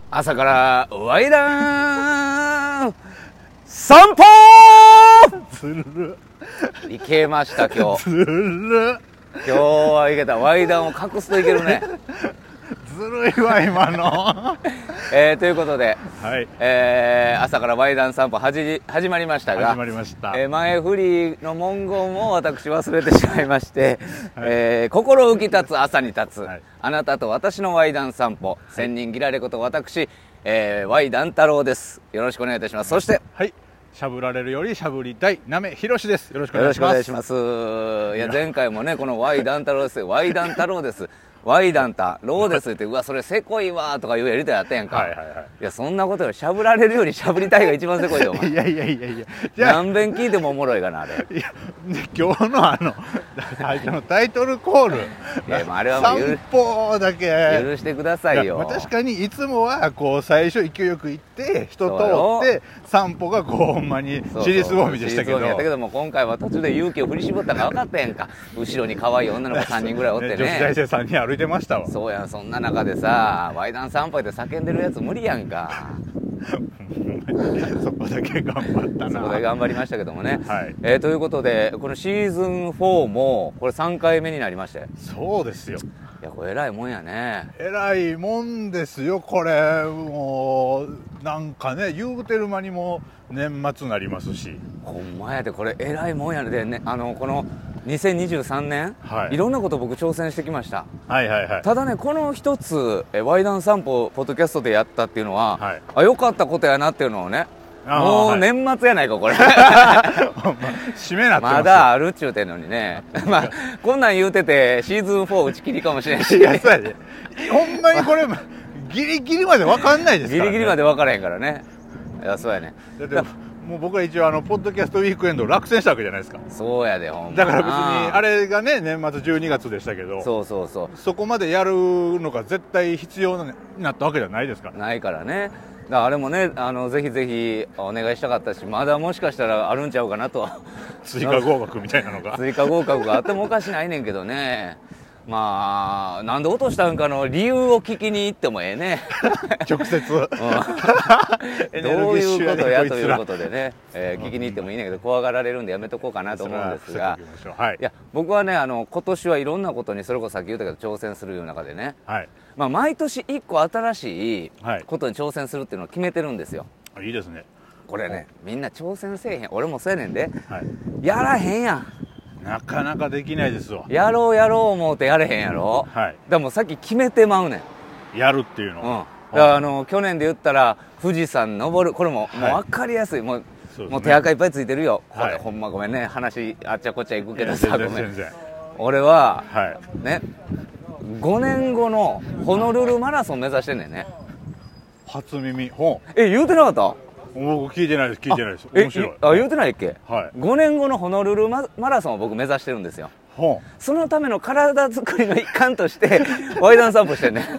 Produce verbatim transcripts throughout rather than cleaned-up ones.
朝からワイダン散歩ずるいけました今日。 ずる今日はいけた。ワイダンを隠すといけるね。 ずるいわ今のえー、ということで、 はい、 えー、朝からワイダン散歩はじ始まりましたが、 始まりました、 えー、前振りの文言を私忘れてしまいまして、 はい、 えー、心浮き立つ朝に立つ、はい、あなたと私のワイダン散歩、はい、千人ギラレこと私、えー、ワイダン太郎です。よろしくお願いいたします。そしてはい、しゃぶられるよりしゃぶりたいなめひろしです。よろしくお願いします。 よろしくお願いします。いや前回もねこのワイダン太郎ですよ。ワイダン太郎です。ワイダン太郎ですって、うわそれせこいわとかいうやりたいやったやんか。はいはいはい。いやそんなことよりしゃぶられるよりしゃぶりたいが一番せこいよお前。 いやいやいやいや。 何遍聞いてもおもろいかなあれ。いや今日のあの最初のタイトルコール。 いやあれはもう散歩だけ許してくださいよ。 いや確かにいつもはこう最初勢いよく行って人通って散歩がこうほんまに尻すぼみでしたけど。 だけども今回は途中で勇気を振り絞ったから分かったやんか。後ろに可愛い女の子さんにんぐらいおってね。 女子大生さんにん歩いてましたわ。 そうや、そんな中でさワイダン散歩で叫んでるやつ無理やんか。 そこだけ頑張ったな。 そこだけ頑張りましたけどもね、 はい、 えー、ということでこのシーズンフォーもこれさんかいめになりまして。 そうですよ。 いやこれ偉いもんやね。 偉いもんですよこれ。もうなんかね言うてる間にも年末になりますし。 ほんまやでこれ偉いもんやでね。あのこのにせんにじゅうさんねん、はい、いろんなこと僕挑戦してきました。 はいはいはい。 ただねこの一つえワイダン散歩ポッドキャストでやったっていうのは、はい、あ良かったことやなっていうのをね。もう年末やないかこれ。 締めなってます。 まだあるっちゅうてんのにね。まあこんなん言うててシーズンフォー打ち切りかもしれんし。 いやそうやで。ほんまにこれギリギリまで分かんないですからね。 ギリギリまで分からへんからね。いやそうやね。 だってもう僕は一応あのポッドキャストウィークエンド落選したわけじゃないですか。 そうやでほんま。 だから別にあれがね年末じゅうにがつでしたけど。 そうそうそう。 そこまでやるのが絶対必要になったわけじゃないですから。 ないからね。だからあれもねあのぜひぜひお願いしたかったし、まだもしかしたらあるんちゃうかなと。 追加合格みたいなのが追加合格があってもおかしないねんけどね。まあなんで落としたんかの理由を聞きに行ってもええね。 直接、うん、どういうことやということでね、えー、聞きに行ってもいいねんけど怖がられるんでやめとこうかなと思うんですが、はい、いや僕はねあの今年はいろんなことにそれこそさっき言ったけど挑戦する中でね、はい、まあ、毎年いっこ新しいことに挑戦するっていうのを決めてるんですよ。 はい、いいですね。 これねみんな挑戦せえへん。俺もそうやねんで、はい、やらへんやん。 なかなかできないですわ。 やろうやろう思うてやれへんやろ、はい、だからもうさっき決めてまうねんやるっていうの、うん、 だからあの去年で言ったら富士山登るこれも、はい、もう分かりやすい。もう、ね、もう手垢いっぱいついてるよ、はい、これほんまごめんね話あっちゃこっちゃ行くけどさごめん俺は、はい、ねごねんごのホノルルマラソン目指してんねんね。 初耳。ほんえ言うてなかった？ 僕聞いてないです聞いてないです。面白い。 あ言うてないっけ、はい、ごねんごのホノルル マ, マラソンを僕目指してるんですよ。ほんそのための体作りの一環としてワイダン散歩してんね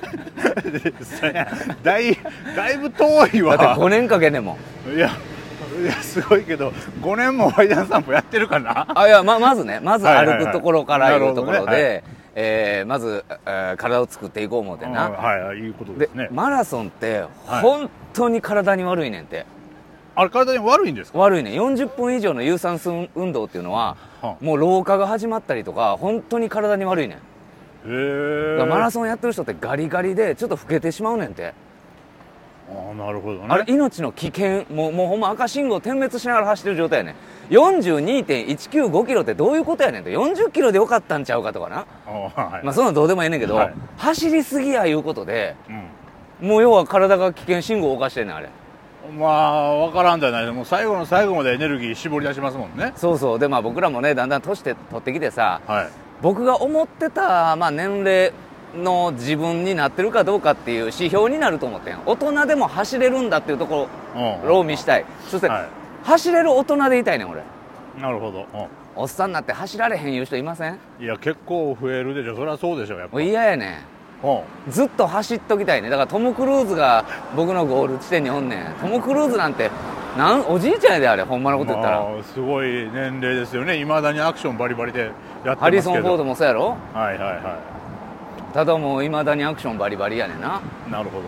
だいだいぶ遠いわ。 だってごねんかけんねんもん。 いやいやすごいけどごねんもワイダン散歩やってるかな。 あいや ま, まずねまず歩くところからいうところで、はいはいはいえー、まず、えー、体を作っていこう思うてな。 はい、いうことですね。 でマラソンって本当に体に悪いねんて。 あれ体に悪いんですか？ 悪いね。よんじゅっぷん以上の有酸素運動っていうのは、はあ、もう老化が始まったりとか本当に体に悪いねん。へえ。 だからマラソンやってる人ってガリガリでちょっと老けてしまうねんて。 ああなるほどね。 あれ命の危険もう、もうほんま赤信号点滅しながら走ってる状態やねん。 よんじゅうにてんいちきゅうご キロってどういうことやねんと。よんじゅっキロでよかったんちゃうかとかな。あ、はい、まあそんなのどうでもええねんけど、はい、走りすぎやいうことで、うん、もう要は体が危険信号を犯してんねんあれ。 まあ分からんじゃない。もう最後の最後までエネルギー絞り出しますもんね。 そうそう。でまあ僕らもねだんだん年って取ってきてさ、はい、僕が思ってた、まあ、年齢の自分になってるかどうかっていう指標になると思ってん。大人でも走れるんだっていうところを見したい。そして、はい、走れる大人でいたいねん俺。 なるほど。 おっさんになって走られへんいう人いません？ いや結構増えるでしょ。そりゃそうでしょやっぱ。 嫌やねん。ずっと走っときたいね。だからトム・クルーズが僕のゴール地点におんねん。トム・クルーズなんてなんおじいちゃんやであれほんまのこと言ったら、まあ、 すごい年齢ですよね。いまだにアクションバリバリでやってますけど。 ハリソン・フォードもそうやろ。 はいはいはい。 ただもういまだにアクションバリバリやねんな。 なるほど。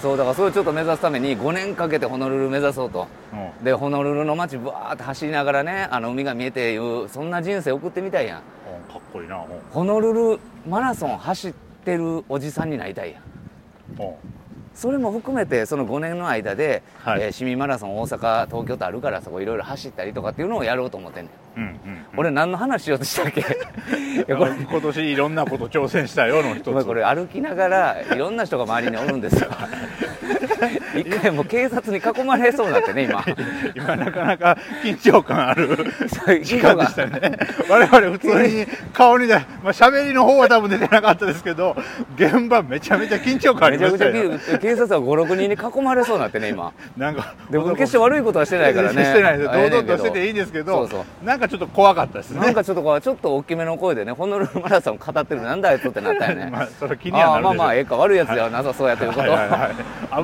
そうだからそれをちょっと目指すためにごねんかけてホノルル目指そうと、うん、でホノルルの街ブワーって走りながらね、あの海が見えていうそんな人生送ってみたいやん、 うん、かっこいいな、うん、 ホノルルマラソン走ってるおじさんになりたいやん、うん、それも含めてそのごねんの間で、はい、えー、市民マラソン大阪東京とあるからそこいろいろ走ったりとかっていうのをやろうと思ってんねん、うんうんうん、俺何の話しようとしたっけいやこれ今年いろんなこと挑戦したよの一つ。 これ歩きながらいろんな人が周りにおるんですよ一回もう警察に囲まれそうになってね今今なかなか緊張感ある時間でしたね我々普通に顔にね、まあ、喋りの方は多分出てなかったですけど現場めちゃめちゃ緊張感ありましたよ。 めちゃくちゃ警察はごろくにんに囲まれそうになってね今なんかでも決して悪いことはしてないからねしてないです、堂々としてていいんですけど、そうそうなんかちょっと怖かったですね。 なんかちょっとこうちょっと大きめの声でねホノルルマラソン語ってるなんだあいつってなったよねまあそれ気にはなるでしょ。 あまあまあええか悪いやつではなさそうやということを、はいはいはい、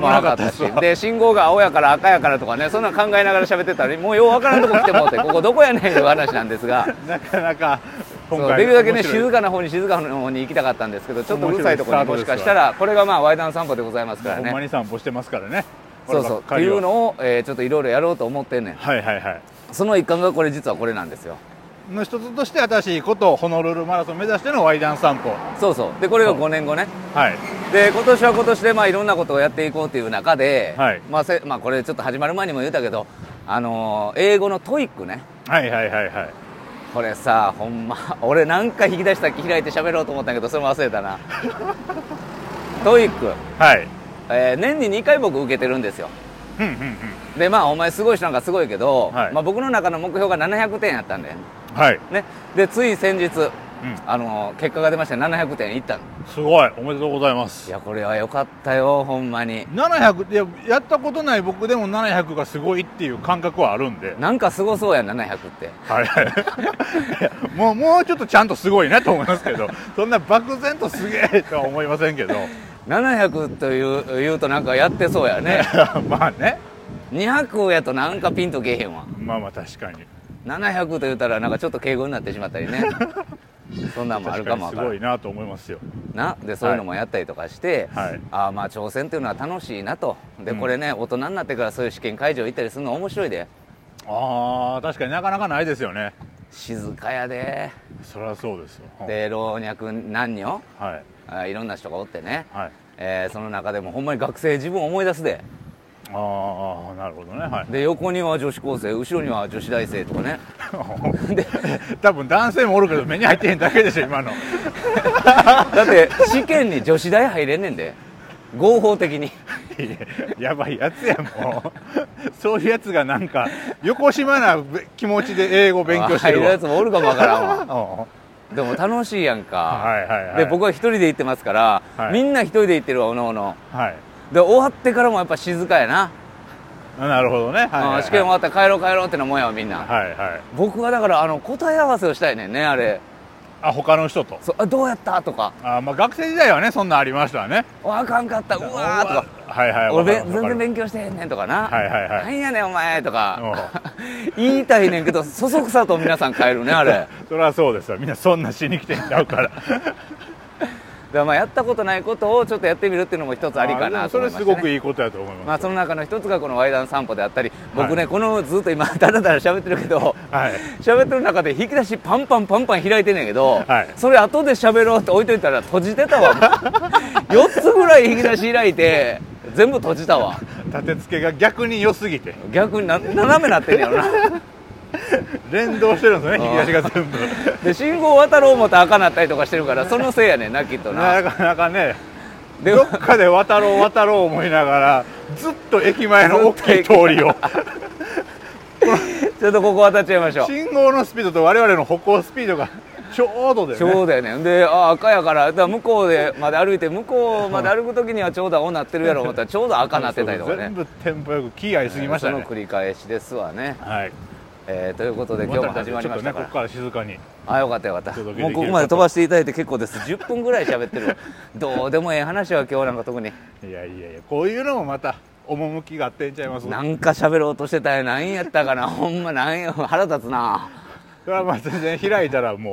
危なかったしで信号が青やから赤やからとかねそんな考えながら喋ってたらもうようわからんとこ来てもってここどこやねんいう話なんですがなかなか今回できるだけね静かな方に静かな方に行きたかったんですけどちょっとうるさいところにもしかしたらこれがまあワイダン散歩でございますからね。 ほんまに散歩してますからね。 そうそうっていうのを、えー、ちょっといろいろやろうと思ってんねん。 はいはいはい。 その一環がこれ実はこれなんですよ。 の一つとして新しいことをホノルルマラソン目指してのワイダン散歩。 そうそうでこれがごねんごね。 はい。 で今年は今年でまあいろんなことをやっていこうという中で、 はいまあせまあ、これちょっと始まる前にも言ったけど、あのー、英語のトイックね。 はいはいはいはい。 これさほんま俺なんか引き出した開いて喋ろうと思ったけどそれも忘れたなトイック、 はいえー、年ににかい僕受けてるんですよ。 うんうんうん、 でまあお前すごい人なんかすごいけど、 はいまあ、僕の中の目標がななひゃくてんやったんだよ、 はいね、でつい先日、うん、あの結果が出ましてななひゃくてんいったの。 すごいおめでとうございます。 いやこれは良かったよほんまに。 ななひゃくいややったことない僕でもななひゃくがすごいっていう感覚はあるんでなんかすごそうやななひゃくってはいはいもうもうちょっとちゃんとすごいなと思いますけどそんな漠然とすげえとは思いませんけどななひゃくという言うとなんかやってそうやねまあねにひゃくやとなんかピンとけえへんわ。 まあまあ確かにななひゃくと言ったらなんかちょっと敬語になってしまったりねそんなんもあるかもわからん。 すごいなと思いますよなでそういうのもやったりとかして、 はい、 あまあ挑戦っていうのは楽しいなと。でこれね、うん、大人になってからそういう試験会場行ったりするの面白いで。 ああ確かになかなかないですよね。 静かやで。 そりゃそうですよ。 で老若男女、 はい、 あいろんな人がおってね、 はいえー、その中でもほんまに学生自分を思い出すで。 ああなるほどね、はい、 で横には女子高生後ろには女子大生とかねで多分男性もおるけど目に入ってへんだけでしょ今のだって試験に女子大入れんねんで合法的にやばいやつやもうそういうやつがなんか横島な気持ちで英語勉強してる入るやつもおるかもわからんわでも楽しいやんか、 はいはいはい、 で僕は一人で行ってますから、はい、みんな一人で行ってるわおのおの、 はいで終わってからもやっぱ静かやな。 なるほどね、はいはいはい、 試験終わったら帰ろう帰ろうってのもんやわみんな、 はいはい、 僕はだからあの答え合わせをしたいねんねあれ。 あ他の人とそうあどうやったとかあ、まあ、学生時代はねそんなんありましたね。 あかんかったうわーとかはいはい俺全然勉強してへんねんとかなはいはいはいなんやねんお前とか言いたいねんけどそそくさと皆さん帰るねあれそりゃそうですよみんなそんなしに来てんちゃうからだからまあやったことないことをちょっとやってみるっていうのも一つありかなと思いました、ね、 それすごくいいことだと思います。 まあその中の一つがこのワイダン散歩であったり僕ね、はい、このずっと今だらだら喋ってるけど喋、はい、ってる中で引き出しパンパンパンパン開いてんねんけど、はい、それ後で喋ろうって置いといたら閉じてたわよっつぐらい引き出し開いて全部閉じたわ立て付けが逆に良すぎて逆にな斜めなってんねやろな連動してるんですね引き出しが全部で信号渡ろう思ったら赤なったりとかしてるからそのせいやねんなきっとななかなかねどっかで渡ろう渡ろう思いながらずっと駅前の大きい通りをちょっとここ渡っちゃいましょう。 信号のスピードと我々の歩行スピードがちょうどだよね。 ちょうどやねんであ赤やからだから向こうでまで歩いて向こうまで歩く時にはちょうど青なってるやろ思ったらちょうど赤なってたりとかね全部テンポよく気合いすぎましたね、 その繰り返しですわね。 はい、 えー、ということで今日も始まりましたから、 ちょっとねここから静かにあよかったよかったもうここまで飛ばしていただいて結構ですじゅっぷんぐらい喋ってるどうでもええ話は今日なんか特にいやいやいやこういうのもまた趣があってんちゃいます。 なんか喋ろうとしてたよ何やったかなほんまなんや腹立つな。 それはまあ全然開いたらもう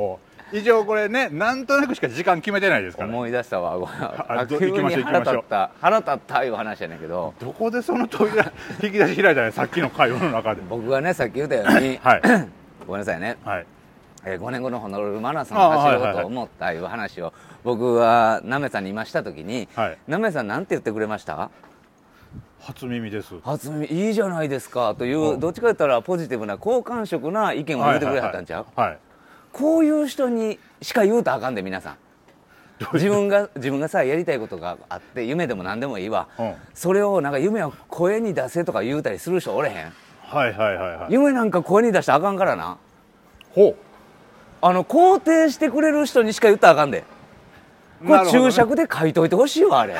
一応これね、なんとなくしか時間決めてないですから、 思い出したわ。急に腹立った腹立ったいう話やねんけど、 どこでその扉引き出し開いたね、さっきの会話の中で。 僕がねさっき言ったように、はい、ごめんなさいね、はい、えー、ごねんごのホノルルマラソンを走ろうと思ったいう話を僕はなめさんに今した時に、はい、なめさんなんて言ってくれました？ 初耳です。 初耳いいじゃないですかという、どっちかと言ったらポジティブな好感触な意見を言ってくれはったんちゃう？はいはいはい、はい、こういう人にしか言うとあかんで、皆さん。自分が自分がさやりたいことがあって夢でも何でもいいわ、うん、それをなんか夢を声に出せとか言うたりする人おれへん？ はいはいはいはい。 夢なんか声に出したらあかんからな。ほう。あの肯定してくれる人にしか言ったらあかんで。これ注釈で書いといてほしいわあれ。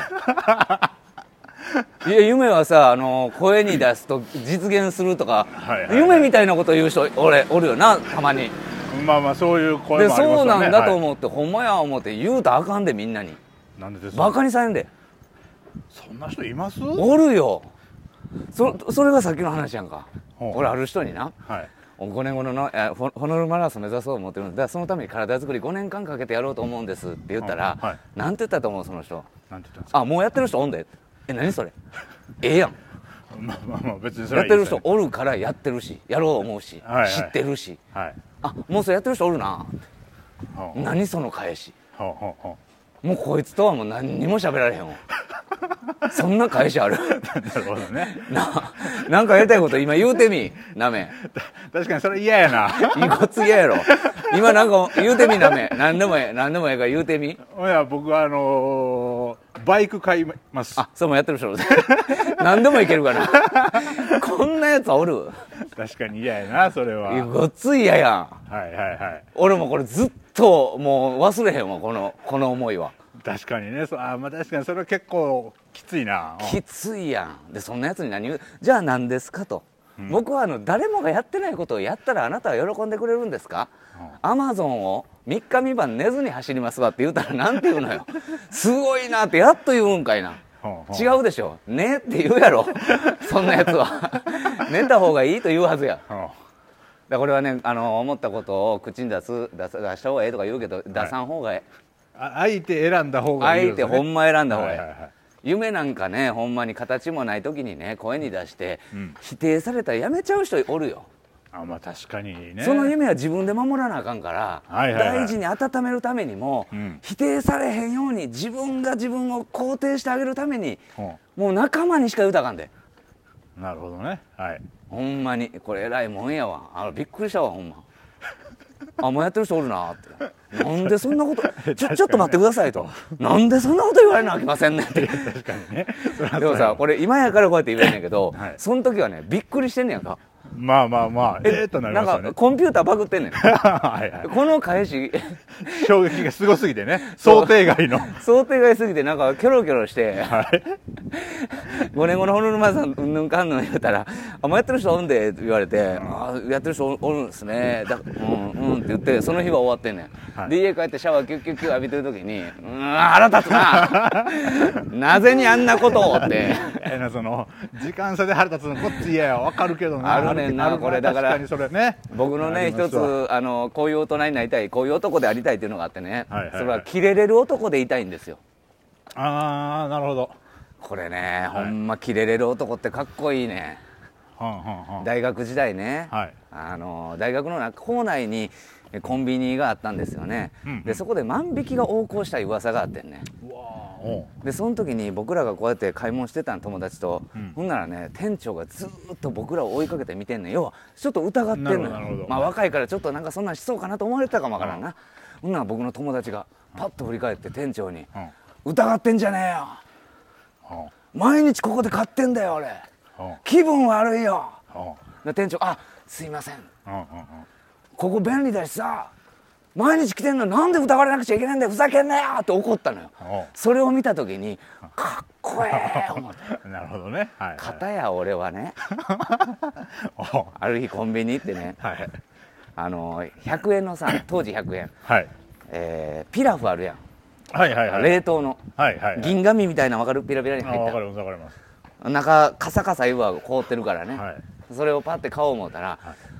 いや夢はさ、あの声に出すと実現するとか、はいはいはい、夢みたいなこと言う人俺おるよな、たまに。 まあまあそういう声もありますよね。 でそうなんだと思って、はい、ほんまや思って言うとあかんで、みんなに。 なんでですか？ バカにされんで。 そんな人います？ おるよ。そそれがさっきの話やんか。俺ある人にな、はい、ごねんごののホノルルマラソン目指そうと思ってるんで、そのために体作りごねんかんかけてやろうと思うんですって言ったら、はい、なんて言ったと思う？その人。 なんて言ったんですか？ あ、もうやってる人おんで。え、何それ？ええやん。 まあまあまあ別にそれやってる人おるからやってるし、やろう思うし、はいはい、知ってるし、はい、あ、もうそれやってる人おるなって、はあ、何その返し、はあはあ、もうこいつとはもう何にも喋られへんわ。そんな返しある？ なるほどね。 な、なんかやりたいこと今言うてみ、なめ。 確かにそれ嫌やな。 いこつ嫌やろ。今なんか言うてみ、なめ。何でもええ、何でもええから言うてみ。いや、僕はあのー、バイク買います。 あ、そうもやってる人。何でもいけるかな。こんなやつおる？ 確かに嫌やな、それは。 ごっつい嫌やん。 はいはいはい。 俺もこれずっともう忘れへんわ、このこの思いは。 確かにね。そあ、まあ、確かにそれは結構きついな。 きついやん。でそんなやつに何言う？じゃあ何ですかと、うん、僕はあの誰もがやってないことをやったらあなたは喜んでくれるんですか？アマゾンをみっかみばん寝ずに走りますわって言うたらなんて言うのよ。すごいなってやっと言うんかいな。違うでしょ。寝って言うやろ。そんなやつは。寝た方がいいと言うはずや。だこれはね、あの思ったことを口に出す出す出した方がええとか言うけど、出さん方がええ。 相手選んだ方がいいですね。 相手ほんま選んだ方がいい、はいはいはい、夢なんかね、ほんまに形もない時にね声に出して、うん、否定されたらやめちゃう人おるよ。 あ、まあ確かにね。 その夢は自分で守らなあかんから、はいはいはい、大事に温めるためにも、うん、否定されへんように自分が自分を肯定してあげるために、うん、もう仲間にしか言うたらあかんで。 なるほどね。はい。 ほんまにこれ偉いもんやわ。あ、びっくりしたわほんま。あ、もうやってる人おるなって。なんでそんなことちょ、ちょっと待ってくださいと。なんでそんなこと言われなあきませんねって。 確かにね。 でもさ、これ今やからこうやって言えんねんけど、はい、その時はねびっくりしてんねやんか。 まあまあまあ、えー、っとなりましたね。 なんかコンピューターバグってんねん。はいはい、この返し衝撃がすごすぎてね、想定外の想定外すぎてなんかキョロキョロして、はい、ごねんごのホノルルマラソンうんぬんかんぬん言うたら、あ、もうやってる人おるんでって言われて、うん、あ、やってる人おるんですね、だ、うんうんって言って、その日は終わってんねん、はい、で家帰ってシャワーキュッキュッキュッ浴びてる時に、うーん、腹立つななぜにあんなことをってえな、その時間差で腹立つのこっち嫌やわかるけどな。 あるねんな、これだから、 それね、 僕のね一つ、あのこういう大人になりたい、こういう男でありたいっていうのがあってね、はいはいはい、それはキレれる男でいたいんですよ。 ああ、なるほど。 これね、はい、ほんまキレれる男ってかっこいいね、はんはんはん、大学時代ね、はい、あの大学の校内にコンビニがあったんですよね、うんうん、でそこで万引きが横行した噂があってんね。うわ、でその時に僕らがこうやって買い物してたん、友達と、うん、ほんならね店長がずっと僕らを追いかけて見てんねん。要はちょっと疑ってんのよ。まあ若いからちょっとなんかそんなんしそうかなと思われてたかもわからんな、うん、ほんなら僕の友達がパッと振り返って店長に、うん、疑ってんじゃねえよ、うん、毎日ここで買ってんだよ俺、うん、気分悪いよ、うん、で店長、あ、すいません、うんうんうん、ここ便利だしさ、毎日来てんのなんで疑われなくちゃいけないんだよ、ふざけんなよって怒ったのよ。それを見た時にかっこええ思ってなるほどね、はいはい、 片や俺はねある日コンビニ行ってね、はい、あのひゃくえんのさ、当時ひゃくえん、はい、えー、ピラフあるやん、はいはいはい、冷凍の、はいはいはい、銀紙みたいな、分かる？ピラピラに入った、 分かります分かります、 中カサカサ言うわ凍ってるからね、はい、それをパッて買おう思ったら、はい、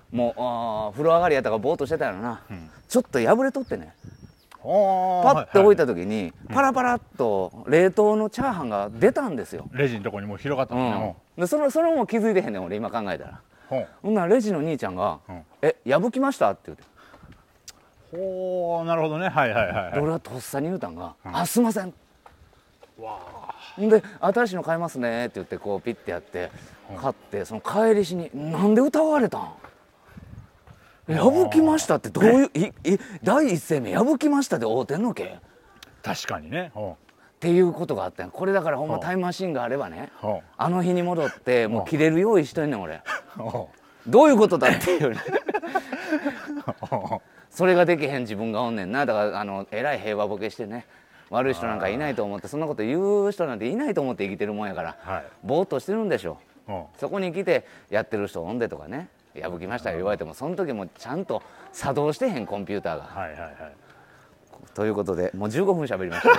もうあ風呂上がりやったからぼーっとしてたよな、うん、ちょっと破れとってね、パッと置いた時にパラパラっと冷凍のチャーハンが出たんですよ。 レジのとこにもう広がったんですね、 うん、でそれそれも気づいてへんねん俺今考えたら。ほんならレジの兄ちゃんが「え破きました?」って言って。 ほうなるほどね、はいはいはい。 俺はとっさに言うたんが「あすいません」わーで「新しいの買いますね」って言ってこうピッてやって買って、その帰りしに「なんで歌われたん?」破きましたってどういういい第一声目破きましたで会うてんのけ。 確かにねっていうことがあったん。これだからほんまタイムマシンがあればね、あの日に戻ってもう切れる用意しとんねん俺。どういうことだっていうねそれができへん自分がおんねんな。だからあのえらい平和ボケしてね、悪い人なんかいないと思って、そんなこと言う人なんていないと思って生きてるもんやから、はい、ぼーっとしてるんでしょう。そこに来てやってる人おんでとかね、破きましたよ言われてもその時もちゃんと作動してへんコンピューターが。はいはいはい。ということでもうじゅうごふん喋りました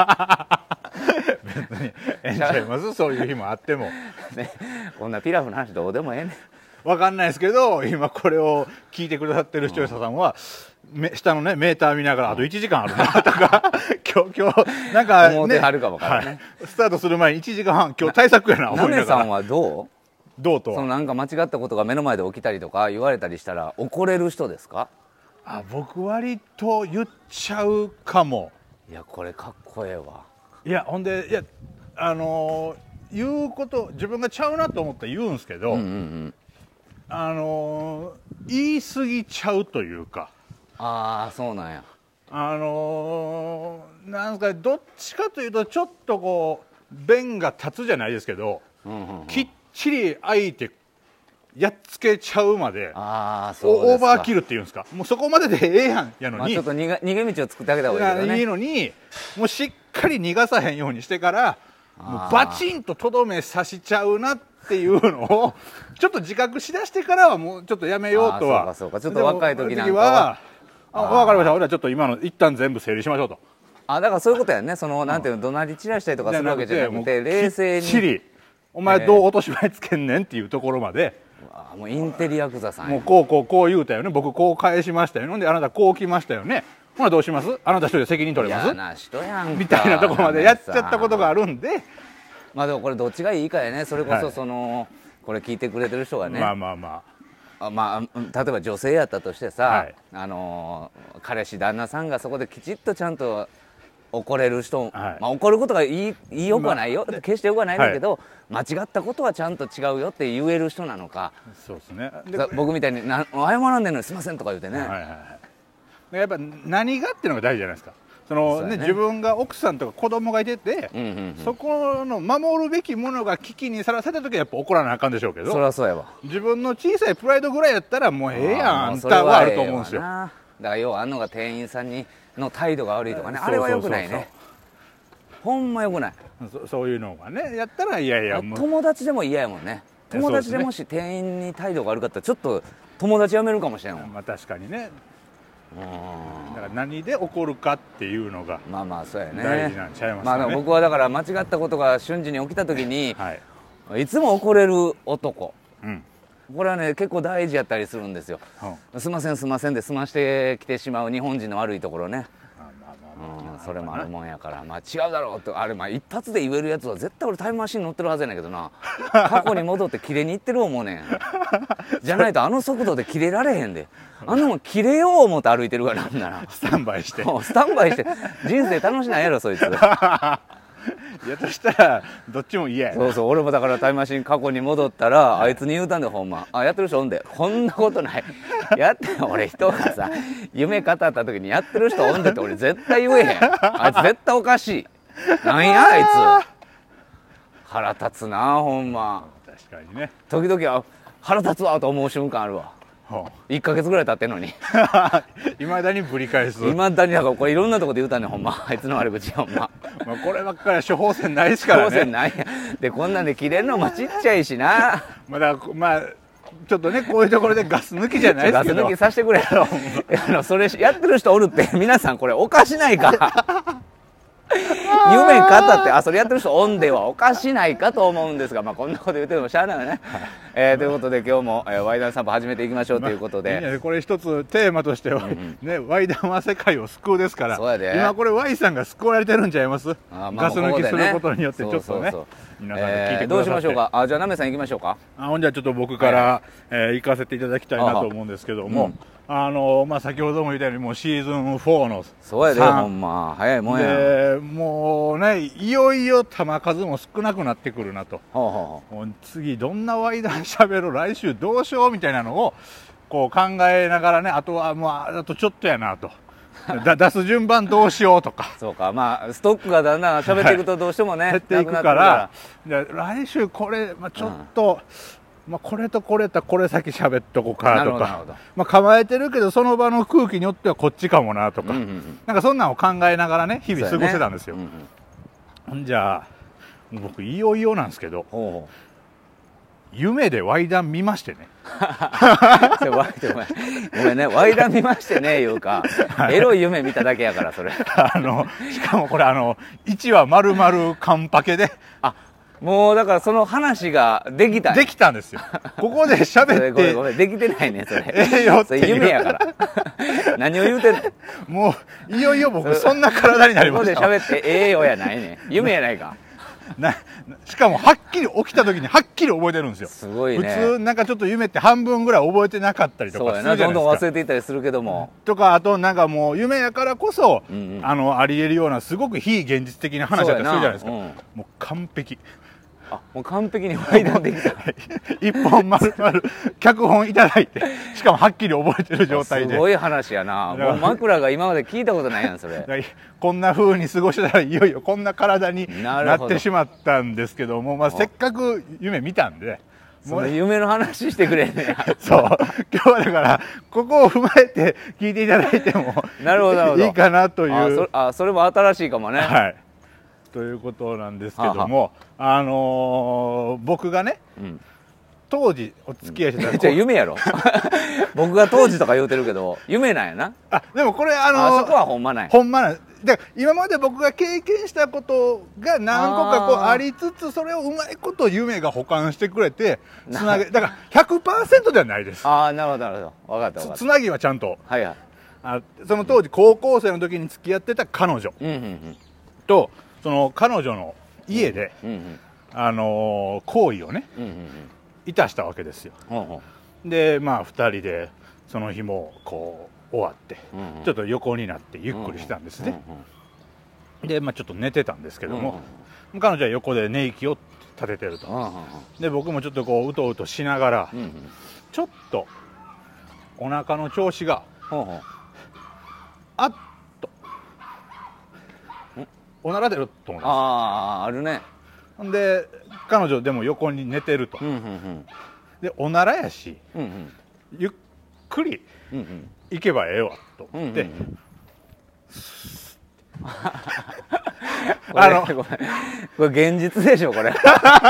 別にええんちゃいますそういう日もあっても、 ね、こんなピラフの話どうでもええねん。 分かんないですけど今これを聞いてくださってる視聴者さんは、うん、下のねメーター見ながら、うん、あといちじかんあるなとか今日今日なんか、ね、 思ってはるかもからね、はい、 スタートする前にいちじかんはん今日対策やな思いながら。 なめさんはどうどうとはそのなんか間違ったことが目の前で起きたりとか言われたりしたら怒れる人ですか？ あ僕割と言っちゃうかも。 いやこれかっこええわ。 いやほんでいやあのー、言うこと自分がちゃうなと思ったら言うんですけど、うんうんうん、あのー、言い過ぎちゃうというか。 ああそうなんや。 あのー、なんかどっちかというとちょっとこう弁が立つじゃないですけど、うんうんうん、きっちり相手やっつけちゃうまであそうですかオーバーキルっていうんですか、もうそこまででええやんやのに、まあ、 ちょっと逃げ、逃げ道を作ってあげた方がいいけどね。 いいのにもうしっかり逃がさへんようにしてからもうバチンととどめさしちゃうなっていうのをちょっと自覚しだしてからはもうちょっとやめようとは。 そうかそうか。ちょっと若い時なんかはあ分かりました。俺はちょっと今の一旦全部整理しましょうと。 あだからそういうことやね。そのなんていうの怒鳴り散らしたりとかするわけじゃなくて冷静にきっちりお前どう落とし前つけんねんっていうところまで、 あもうインテリヤクザさんや。 もうこうこうこう言うたよね、僕こう返しましたよね、であなたこう来ましたよね、ほなどうします、あなた一人で責任取れます嫌な人やんかみたいなところまでやっちゃったことがあるんで。 まあでもこれどっちがいいかやね。それこそその、はい、これ聞いてくれてる人がね、 まあまあまあまあ、例えば女性やったとしてさ、はい、あの彼氏旦那さんがそこできちっとちゃんと怒れる人、はい、まあ、怒ることがいい、いいよくはないよ、まあ、決してよくはないんだけど、はい、間違ったことはちゃんと違うよって言える人なのか。 そうですね。 僕みたいにな謝らんでんのにすいませんとか言うてね、はいはいはい、 やっぱ何がっていうのが大事じゃないですか。そのね、自分が奥さんとか子供がいてて、うんうんうん、そこの守るべきものが危機にさらされた時はやっぱ怒らなあかんでしょうけど、 そりゃそうやわ。 自分の小さいプライドぐらいやったらもうええやんあんたはあると思うんですよ。 だから要はあんのが店員さんにの態度が悪いとかね、あれはよくないね。ほんまよくない。 そ, そういうのがねやったらいやいやもう友達でも嫌やもんね。友達でもし店員に態度が悪かったらちょっと友達辞めるかもしれんわ。 まあ確かにね。うんだから何で怒るかっていうのがまあまあそうやね大事なんちゃいますかね。 まあ、僕はだから間違ったことが瞬時に起きた時に、はい、いつも怒れる男、うん、これはね結構大事やったりするんですよ、うん、すいませんすいませんで済ましてきてしまう日本人の悪いところね。それもあるもんやから、まあ、違うだろうとあれ、まあ、一発で言えるやつは絶対俺タイムマシン乗ってるはずやねんけどな過去に戻ってキレに行ってる思うねんじゃないとあの速度でキレられへんで。あんなもんキレよう思って歩いてるからなんならスタンバイしてスタンバイして人生楽しないやろそいついやとしたらどっちも嫌やな。 そうそう俺もだからタイムマシン過去に戻ったらあいつに言うたんでほんまあやってる人おんでこんなことないやって俺人がさ夢語った時にやってる人おんでって俺絶対言えへん。あいつ絶対おかしいなんやあいつ腹立つなほんま。 確かにね時々は腹立つわと思う瞬間あるわ。いっかげつぐらい経ってんのにいまだにぶり返す。 いまだにだからこれいろんなとこで言うたんねんほんまあいつの悪口ほんままあこればっかりは処方箋ないですからね。 処方箋ないでこんなんで切れるのもちっちゃいしなまだまあちょっとねこういうところでガス抜きじゃないですけどガス抜きさせてくれよあのそれやってる人おるって皆さんこれおかしないか夢語って、あ、それやってる人おんではおかしないかと思うんですが、まあこんなこと言っててもしゃあないよね。えー、ということで今日も、えー、ワイダン散歩始めていきましょうということで、 まあ、いいね、これ一つテーマとしては、うんうん、ね、ワイダンは世界を救うですから、そうやで今これ Y さんが救われてるんちゃいます？あ、まあ、ガス抜きすることによってちょっとね、皆さんで聞いてくださって、えー、どうしましょうか。あ、じゃあなめさん行きましょうか。 あ、ほんじゃちょっと僕から、はい、えー、行かせていただきたいなと思うんですけども、うん、あのまあ、先ほども言ったようにもうシーズンフォーのそうやで、ほんま早いもんやで、もうね、いよいよ球数も少なくなってくるなと、はあはあ、もう次どんなワイダンしゃべる、来週どうしようみたいなのをこう考えながらね、あとはもうあとちょっとやなとだ出す順番どうしようとかそうか、まあストックがだんだん喋っていくとどうしてもね、はい、 減っていくからで来週これ、まあ、ちょっと、うん、まあ、これとこれとこれ先喋っとこうかとか、まあ、構えてるけどその場の空気によってはこっちかもなとか、うんうんうん、なんかそんなのを考えながらね日々過ごせたんですよ。ね、うんうん、じゃあ僕いよいよなんですけど、ほうほう、夢でワイダン見ましてねごめんね、ワイダン見ましてねいうか、はい、エロい夢見ただけやからそれあのしかもこれあのいちわ丸々カンパケで、 あ、もうだからその話ができたできたんですよ。ここで喋ってごめんごめん、できてないねそれええよっていう、それ夢やから何を言うてんの。 もういよいよ僕そんな体になりました。 ここで喋ってええよやないね、夢やないかな、しかもはっきり起きた時にはっきり覚えてるんですよ。 すごいね。 普通なんかちょっと夢って半分ぐらい覚えてなかったりとかするじゃないですか。 そうやな、どんどん忘れていったりするけども。 とか、あとなんかもう夢やからこそ、うんうん、あのありえるようなすごく非現実的な話だったりするじゃないですか。うん、もう完璧。 あ、もう完璧にワイダンできた一本丸々脚本いただいて、しかもはっきり覚えてる状態で。 すごい話やな。もう枕が今まで聞いたことないやんそれこんな風に過ごしたらいよいよこんな体になってしまったんですけども、まあ、せっかく夢見たんでその夢の話してくれんねやそう今日はだからここを踏まえて聞いていただいてもなるほどなるほどいいかなという。 あ、そ、あ、それも新しいかもね。 はい、ということなんですけども、ははあのー、僕がね、うん、当時お付き合いしてた、うん、 じゃあ夢やろ僕が当時とか言うてるけど夢なんやな。 あ、でもこれあのー、 あそこはほんまない。 ほんまない。で今まで僕が経験したことが何個かこうありつつ、それをうまいこと夢が保管してくれてつなげ、だから ひゃくパーセント ではないです。 ああ、なるほどなるほど、分かった分かった。 つなぎはちゃんと、 はいはい、 あその当時高校生の時に付き合ってた彼女、うんうんうん、とその彼女の家で、うんうん、あのー、行為をね、うんうんうん、いたしたわけですよ。うんうん、でまあふたりでその日もこう終わって、うんうん、ちょっと横になってゆっくりしたんですね。うんうん、で、まあ、ちょっと寝てたんですけども、うんうん、彼女は横で寝息を立ててると。うんうん、で僕もちょっとこううとうとしながら、うんうん、ちょっとお腹の調子が、うんうん、あっとおなら出ると思います。 ああ、あるね。 で彼女でも横に寝てると、うんうんうん、でおならやし、うんうん、ゆっくり行けばええわと思って、うんうんうん、 あのこれ現実でしょこれ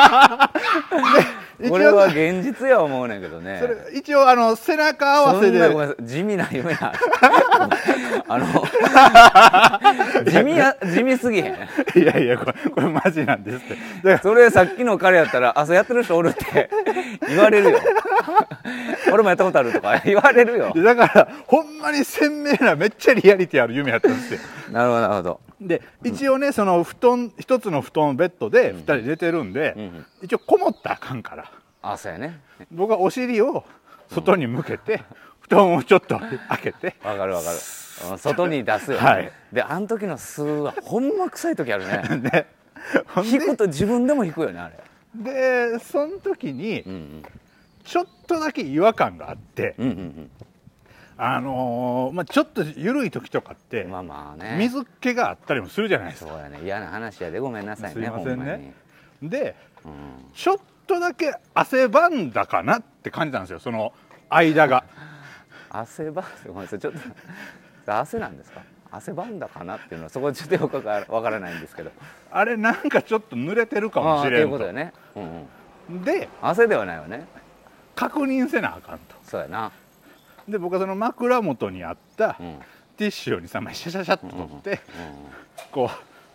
これは現実や思うねんけどね。 それ一応あの背中合わせでそんなごめんなさい、地味な夢やあの地味や地味すぎへん。 いやいやこれこれマジなんですって。 それさっきの彼やったら朝やってる人おるって言われるよ俺もやったことあるとか言われるよ。 だからほんまに鮮明なめっちゃリアリティある夢やったんですよ。 なるほどなるほど。 で一応ねその布団一つの布団ベッドでふたり寝てるんで、うんうん、一応こもったらあかんから、 あ、そうやね、 僕はお尻を外に向けて、うん、布団をちょっと開けてわかるわかる、外に出すよね、はい、であの時の吸うはほんま臭い時あるねね引くと自分でも引くよねあれで。その時に、うんうん、ちょっとだけ違和感があって、うんうんうん、あのーまあ、ちょっと緩い時とかって、まあまあね、水気があったりもするじゃないですか。 そうやね、嫌な話やで、ごめんなさいね。 すいませんね。で、うん、ちょっとだけ汗ばんだかなって感じたんですよ、その間が汗ばんごめんなさい、ちょっと汗なんですか、汗ばんだかなっていうのはそこちょっとよくわからないんですけど、 あれなんかちょっと濡れてるかもしれんと。 ということだよね、うんうん、で汗ではないよね、 確認せなあかんと。 そうやな。 で僕はその枕元にあったティッシュをにさんまいシャシャシャッと取って、こう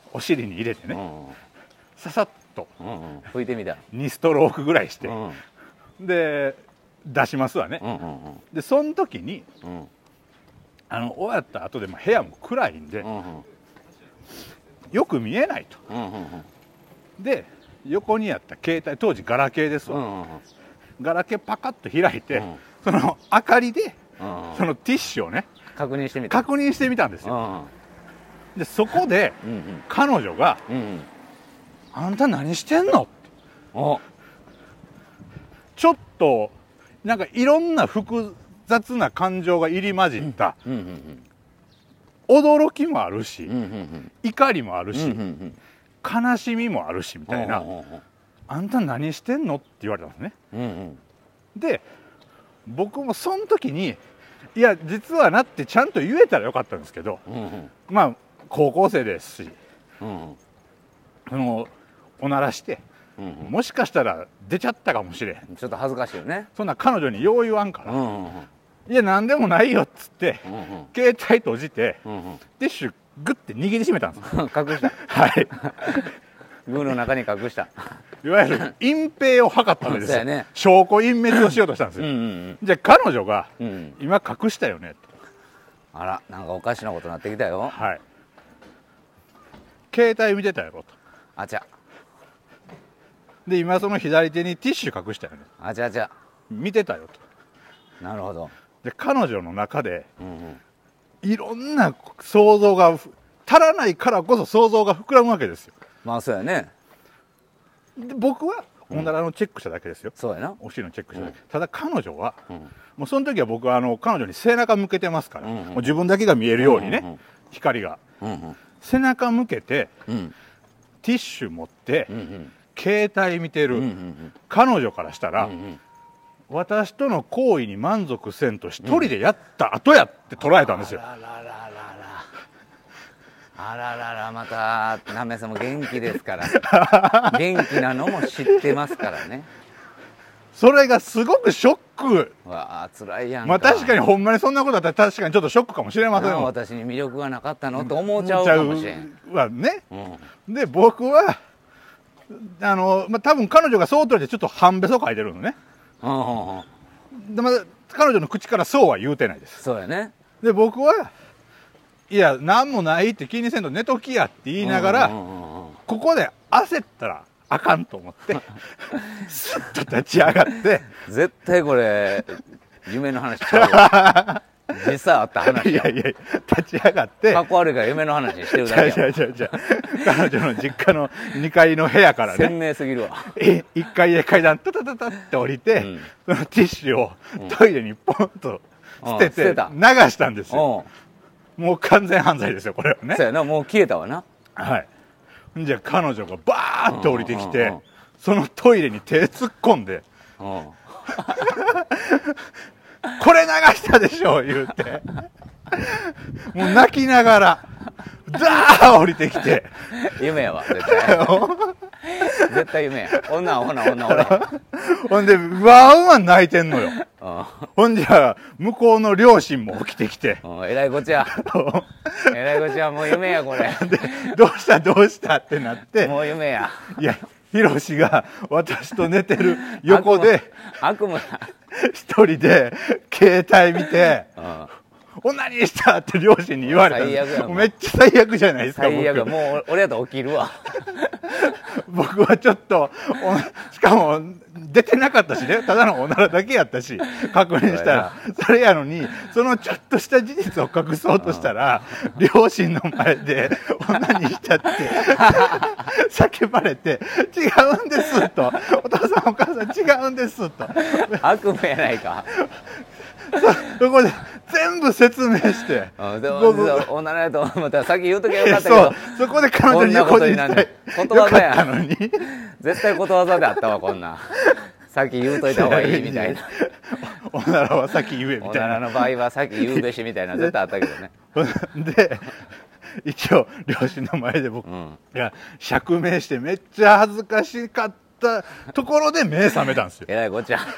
お尻に入れてね、うん、ささっと、 うんうん、拭いてみたにストロークぐらいして、うん、で出しますわね、うんうんうん、でその時に、うん、あの終わった後で、まあ、部屋も暗いんで、うんうん、よく見えないと、うんうんうん、で横にあった携帯、当時ガラケーですわ、うんうんうん、ガラケーパカッと開いて、うん、その明かりで、うんうん、そのティッシュをね確認してみた確認してみたんですよ、うんうん、でそこで、うんうん、彼女が、うんうん、あんた何してんのっておちょっとなんかいろんな複雑な感情が入り混じった、うんうんうんうん、驚きもあるし、うんうんうん、怒りもあるし、うんうんうん、悲しみもあるしみたいな、うんうんうん、あんた何してんのって言われたんですね、うんうん、で僕もその時にいや実はなってちゃんと言えたらよかったんですけど、うんうん、まあ高校生ですし、うんうん、そのおならして、うんうん、もしかしたら出ちゃったかもしれん、 ちょっと恥ずかしいよね、 そんな彼女によう言わんから、うんうんうん、いや何でもないよっつって、うんうん、携帯閉じて、うんうん、ティッシュグッて握りしめたんです隠したはいグーの中に隠したいわゆる隠蔽を図ったわけですよ、ね、証拠隠滅をしようとしたんですようんうん、うん、じゃあ彼女が、うんうん、今隠したよねと、 あらなんかおかしなことになってきたよ、 はい、携帯見てたやろと、 あちゃで今その左手にティッシュ隠したよね、 あちゃあちゃ見てたよと、なるほど、 で彼女の中で、うんうん、いろんな想像が足らないからこそ想像が膨らむわけですよ、 まあそうやね、 で僕はおならのチェックしただけですよ、 うん、そうやな、 お尻のチェックしただけ、うん、ただ彼女は、うん、もうその時は僕はあの彼女に背中向けてますから、うんうん、もう自分だけが見えるようにね、うんうん、光が、うんうん、背中向けて、うん、ティッシュ持って、うんうん、携帯見てる、うんうんうん、彼女からしたら、うんうん、私との行為に満足せんと一人でやった後やって捉えたんですよ、 あらららららあららら、またなめさんも元気ですから元気なのも知ってますからね、 それがすごくショック、 わあ辛いやんか、 まあ確かにほんまにそんなことだったら確かにちょっとショックかもしれませんよ、 私に魅力がなかったのと思っちゃうかもしれんはね、うん、で僕はあの、まあ、多分彼女がそうと言ってちょっと半べそ書いてるのね、うんうんうん、でまだ彼女の口からそうは言うてないです、 そうやね、 で僕はいや何もないって気にせんと寝ときやって言いながら、うんうんうんうん、ここで焦ったらあかんと思ってスッと立ち上がって絶対これ夢の話ちゃうわ実際あった話やいやいや立ち上がってかっこ悪いから夢の話してるだけやじゃじゃ彼女の実家のにかいの部屋からね鮮明すぎるわいっかいで階段タタタタって降りて、うん、そのティッシュをトイレにポンと捨てて、うん、流したんですよ、うん、もう完全犯罪ですよこれはね、 そうやな、もう消えたわな、 はい、じゃあ彼女がバーッと降りてきて、うんうんうん、そのトイレに手突っ込んで、うん、これ流したでしょ言うてもう泣きながらザー降りてきて夢やわ絶対絶対夢や、女女女俺ほんでわーわー泣いてんのよほんじゃ向こうの両親も起きてきてえらいこっちゃえらいこっちゃもう夢やこれでどうしたどうしたってなってもう夢や、 いやヒロシが私と寝てる横で悪夢一人で携帯見てお何したって両親に言われたんです。めっちゃ最悪じゃないですか。 最悪、もう俺やと起きるわ僕はちょっとしかも出てなかったしね、ただのおならだけやったし確認したらそれやのに、そのちょっとした事実を隠そうとしたら両親の前で「オナニーした」って叫ばれて「違うんです」と「お父さんお母さん違うんです」と悪夢やないかそこで全部説明しておならやと思ったらさっき言うときゃよかったけど、 そこで彼女に横にしたいことわざやのに絶対ことわざであったわこんなさっき言うといた方がいいみたいなおならは先言えみたいな、 おならの場合は先言うべしみたいな絶対あったけどねで一応両親の前で僕、うん、いや釈明してめっちゃ恥ずかしかったところで目覚めたんですよえらいこっちゃ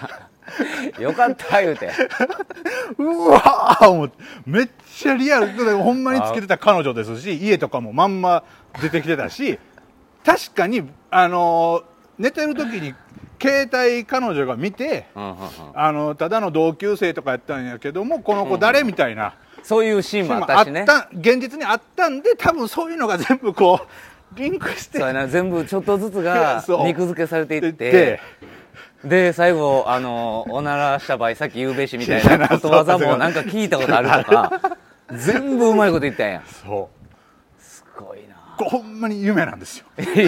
よかった言うてうわー思ってめっちゃリアルでほんまにつけてた彼女ですし家とかもまんま出てきてたし確かにあのー、寝てる時に携帯彼女が見て、うんうんうん、あのただの同級生とかやったんやけどもこの子誰、うん、みたいなそういうシーンもあったしね現実にあったんで多分そういうのが全部こうリンクしてそうやな全部ちょっとずつが肉付けされていってで最後あのおならした場合さっき言うべしみたいなことわざもなんか聞いたことあるとか全部うまいこと言ったんやそうすごいなほんまに夢なんですよ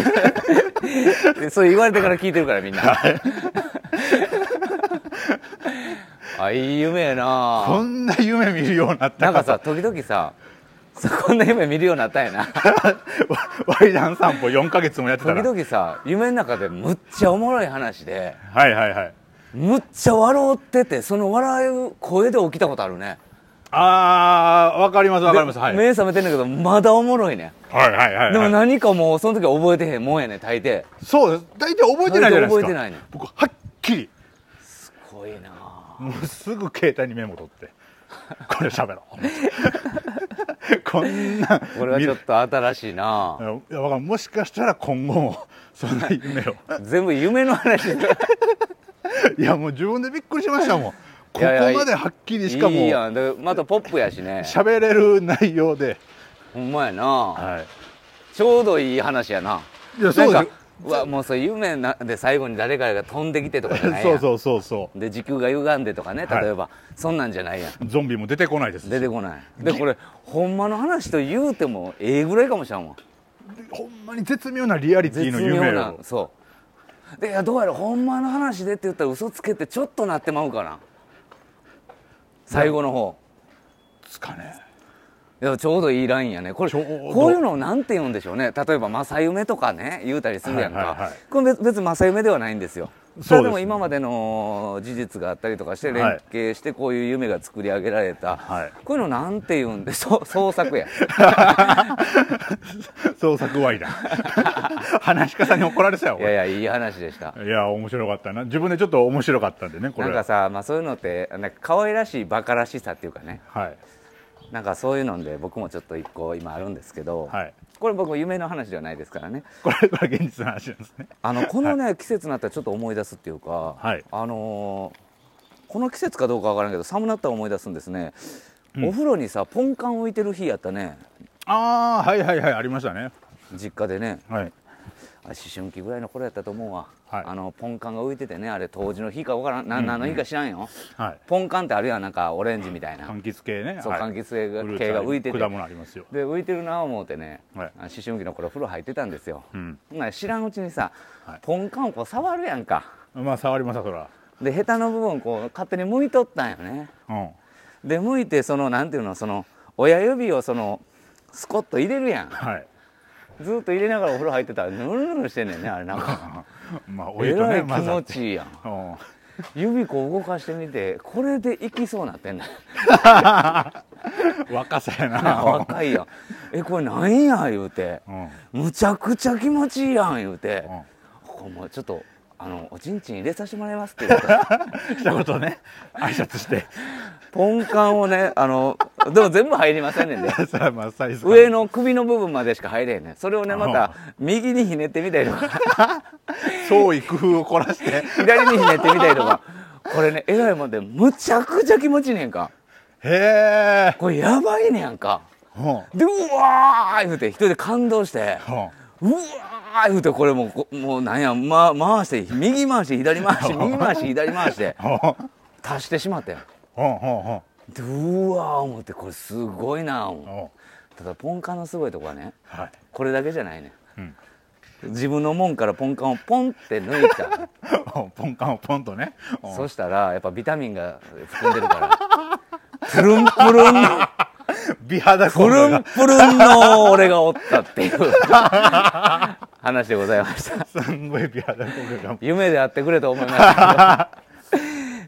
そう言われてから聞いてるからみんなあいい夢やなこんな夢見るようになったなんかさ時々さこんな夢見るようになったんやなワイダン散歩よんかげつもやってたら時々さ夢の中でむっちゃおもろい話ではいはいはいむっちゃ笑っててその笑う声で起きたことあるねあーわかりますわかります、はい、 目覚めてんだけどまだおもろいねはいはいはい、はい、 でも何かもうその時は覚えてへんもんやね大抵そうです大体覚えてないじゃないですか覚えてないね僕はっきりすごいなもうすぐ携帯にメモ取ってこれ喋ろうこんなこれはちょっと新しいな。 いやもしかしたら今後もそんな夢を全部夢の話いやもう自分でびっくりしましたもんここまではっきりしかもいいやんでまたポップやしね喋れる内容でほんまやな、 はい、 ちょうどいい話やな。 いやそうですうわもうそう夢で最後に誰かが飛んできてとかじゃないやんそうそうそうそうで時空が歪んでとかね例えば、はい、そんなんじゃないやんゾンビも出てこないです出てこないでこれほんまの話と言うてもええぐらいかもしれんわほんまに絶妙なリアリティの夢をそうでいやどうやらほんまの話でって言ったら嘘つけてちょっとなってまうかな最後の方つかねいやちょうどいいラインやねこれこういうのをなんて言うんでしょうね例えば正夢とかね言うたりするやんか、はいはいはい、これ別に正夢ではないんですよそれでも今までの事実があったりとかして連携してこういう夢が作り上げられた、はい、こういうのなんて言うんでそ創作や創作ワイだ話し家さんに怒られそうやいやいやいい話でしたいや面白かったな自分でちょっと面白かったんでねこれなんかさ、まあ、そういうのってなんか可愛らしいバカらしさっていうかね、 はい、 なんかそういうので僕もちょっと一個今あるんですけど、はい、これ僕夢の話ではないですからねこれこれ現実の話なんですねあのこのね、はい、季節になったらちょっと思い出すっていうか、はい、あのー、この季節かどうかわからんけど寒なったら思い出すんですね、うん、お風呂にさポンカン置いてる日やったねああはいはいはいありましたね実家でね、 はい、 思春期ぐらいの頃やったと思うわ、はい、あのポンカンが浮いててねあれ当時の日か分からん、うんうん、何の日か知らんよ、はい、ポンカンってあるいはなんかオレンジみたいな柑橘系ねそう、はい、柑橘系が浮いてて果物ありますよで浮いてるな思うてね、はい、思春期の頃風呂入ってたんですよ、うん、知らんうちにさ、はい、ポンカンをこう触るやんかまあ触りましたそらでヘタの部分こう勝手に剥いとったんよね、うん、で剥いてそのなんていうのその親指をそのスコッと入れるやん、はい、ずっと入れながらお風呂入ってたらヌルヌルしてんねんねあれなんかまあえらい気持ちいいやん、うん、指こう動かしてみてこれでいきそうなってんねん若さやな若いやんえこれなんや言うて、うん、むちゃくちゃ気持ちいいやん言うて、うん、これもうちょっとあのおちんちん入れさせてもらいますって言ってしたことね挨拶してポンカンをねあのでも全部入りませんねんね上の首の部分までしか入れへんねんそれをねまた右にひねってみたりとか創意工夫を凝らして左にひねってみたりとかこれねえらいもんでむちゃくちゃ気持ちいいねんかへえこれやばいねやんか、うん、でうわー言うて一人で感動して、うん、うわー言うてこれもうもうなんや、ま、回して右回し左回し右回し左回して足してしまったよでうわー思ってこれすごいな思うただポンカンのすごいとこはね、はい、これだけじゃないね、うん、自分のもんからポンカンをポンって抜いたポンカンをポンとねそしたらやっぱビタミンが含んでるからプルンプルンの美肌プルンプルンの俺がおったっていう話でございましたすんごい美肌効果が夢であってくれと思いました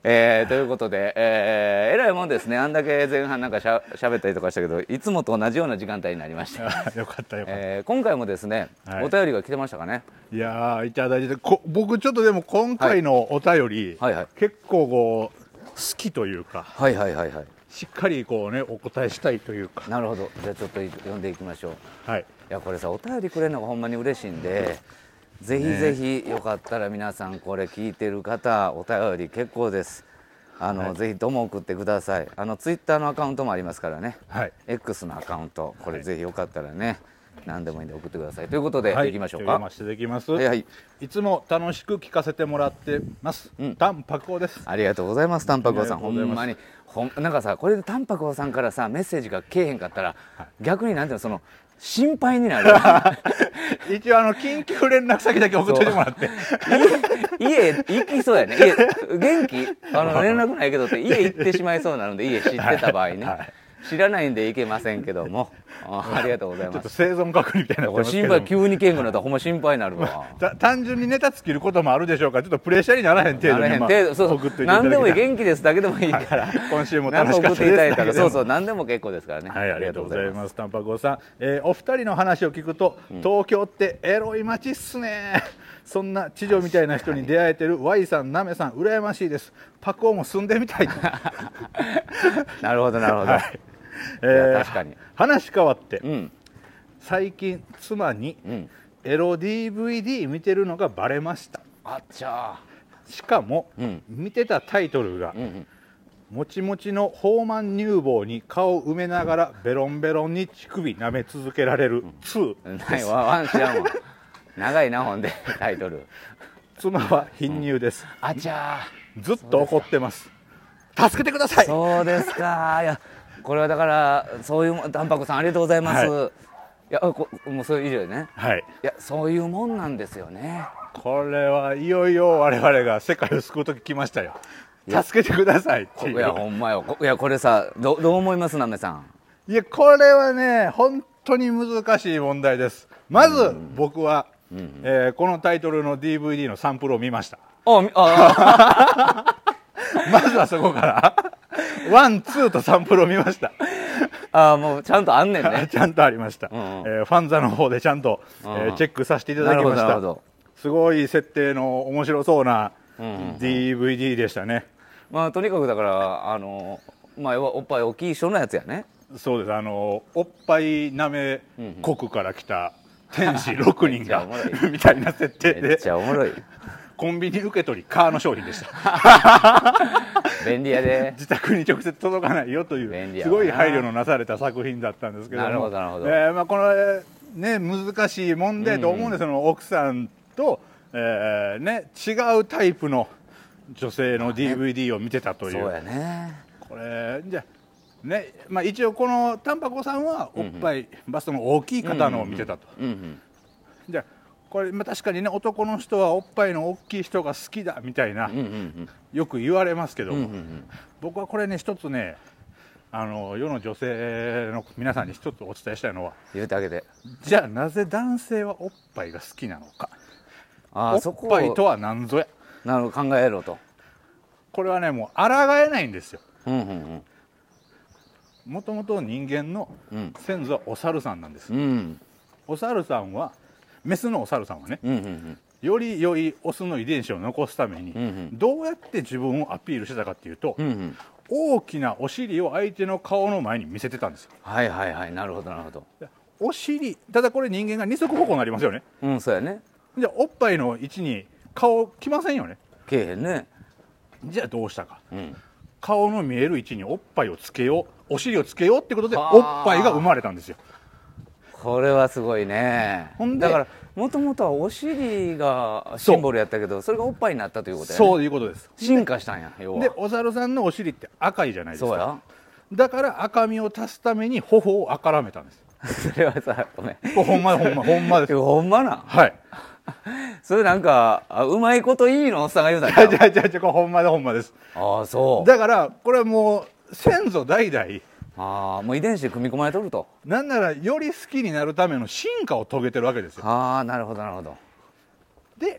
えー、ということで、えー、えらいもんですね。あんだけ前半なんかしゃ喋ったりとかしたけど、いつもと同じような時間帯になりました。 よかったよかった、 えー、今回もですね、はい、お便りが来てましたかね。 いやーいただいてこ僕ちょっとでも今回のお便り、はいはいはい、結構こう好きというか、 はいはいはいはい、 しっかりこうねお答えしたいというか。 なるほど。じゃあちょっと読んでいきましょう。 はい。 いやこれさお便りくれるのがほんまに嬉しいんで。ぜひぜひよかったら皆さんこれ聞いてる方お便り結構です。あの、はい、ぜひとも送ってください。あのツイッターのアカウントもありますからね、はい、X のアカウントこれぜひよかったらね、はい、何でもいいんで送ってくださいということで、はい、いきましょうか。 読ませていただきます。はい、はい、いつも楽しく聞かせてもらってます、うん、タンパクオです。 ありがとうございます。タンパクオさんほんまにほんなんかさこれでタンパクオさんからさメッセージがけえへんかったら、はい、逆になんていうのその心配になる一応あの緊急連絡先だけ送っておいてもらって家行きそうやね。家元気あの連絡ないけどって家行ってしまいそうなので家知ってた場合ね、はいはい、知らないんで行けませんけども あ, ありがとうございます。ちょっと生存確認みたいな。 これ心配急にけんくなったらほんま心配になるわ、 まあ、単純にネタ尽きることもあるでしょうからちょっとプレッシャーにならへん程度に、まあ、 そうそう何でもいい元気ですだけでもいいから、はい、 今週も楽しかったです。 そうそう何でも結構ですからね。 はいありがとうございます。タンパクオさん、えー、お二人の話を聞くと、うん、東京ってエロい街っすね。そんな地上みたいな人に出会えてる Y さんなめさん羨ましいです。パクオも住んでみたいなるほどなるほど、はい、 えー、確かに話変わって、うん、最近妻にエロ ディーブイディー 見てるのがバレました。 あっちゃー。しかも、うん、見てたタイトルが、うんうん、もちもちのホーマン乳房に顔を埋めながらベロンベロンに乳首舐め続けられるに、 うん、ないわワン知らんわ長いなほんでタイトル。 妻は貧乳です、 うん、あちゃー。ずっと怒ってます。助けてください。 そうですか。いやこれはだからそういうタンパクさんありがとうございます、はい、いやこもうそれ以上ね、はい、いやそういうもんなんですよね。 これはいよいよ我々が世界を救う時来ましたよ。助けてくださいっていう。 いやほんまよ。いやこれさ ど, どう思いますなめさん。 いやこれはね本当に難しい問題です。まず僕は、うんうんえー、このタイトルの ディーブイディー のサンプルを見ました。ああまずはそこからワンツーとサンプルを見ました。 ああもうちゃんとあんねんね。 ちゃんとありました、うんうんえー、ファンザの方でちゃんと、うんうんえー、チェックさせていただきました。すごい設定の面白そうな ディーブイディー でしたね、 うんうん、まあとにかくだからあのまあおっぱい大きい人のやつやね。 そうです。あのおっぱいなめ国から来た天使ろくにんがみたいな設定でめっちゃおもろい。 コンビニ受け取りカーの商品でした便利やで。 自宅に直接届かないよというすごい配慮のなされた作品だったんですけども、なるほどなるほど、えーまあ、この、ね、難しい問題と思うんです、うんうん、その奥さんと、えーね、違うタイプの女性の ディーブイディー を見てたという。 そうやね。 これじゃねまあ、一応このタンパコさんはおっぱい、うんうん、バストの大きい方のを見てたと、うんうん、じゃあこれ、まあ、確かにね男の人はおっぱいの大きい人が好きだみたいな、うんうんうん、よく言われますけども、うんうんうん、僕はこれね一つねあの世の女性の皆さんに一つお伝えしたいのは言うてあげて。 じゃあなぜ男性はおっぱいが好きなのか。あおっぱいとは何ぞや。 なるほど考えろと。 これはねもう抗えないんですよ。うんうんうんもともと人間の先祖はお猿さんなんです、うん、お猿さんはメスのお猿さんはね、うんうんうん、より良いオスの遺伝子を残すために、うんうん、どうやって自分をアピールしてたかっていうと、うんうん、大きなお尻を相手の顔の前に見せてたんですよ。 はいはいはいなるほどなるほど。 お尻ただこれ人間が二足歩行になりますよね。 うんそうやね。 じゃあおっぱいの位置に顔来ませんよね。 けえへんね。 じゃあどうしたか、うん顔の見える位置におっぱいをつけようお尻をつけようってことでおっぱいが生まれたんですよ。 これはすごいね。ほんでだからもともとはお尻がシンボルやったけど そ, それがおっぱいになったということやね。 そういうことです。 進化したんや。要はでお猿さんのお尻って赤いじゃないですか。そうやだから赤みを足すために頬を赤らめたんですそれはさごめんほんまほんまほんまですほんまな。 はいそれなんかあうまいこといいのおっさんが言うたんや。 じゃじゃじゃこれほんまでほんまです。 ああそうだからこれはもう先祖代々 ああもう遺伝子で組み込まれとると。 なんならより好きになるための進化を遂げてるわけですよ。 ああなるほどなるほど。 で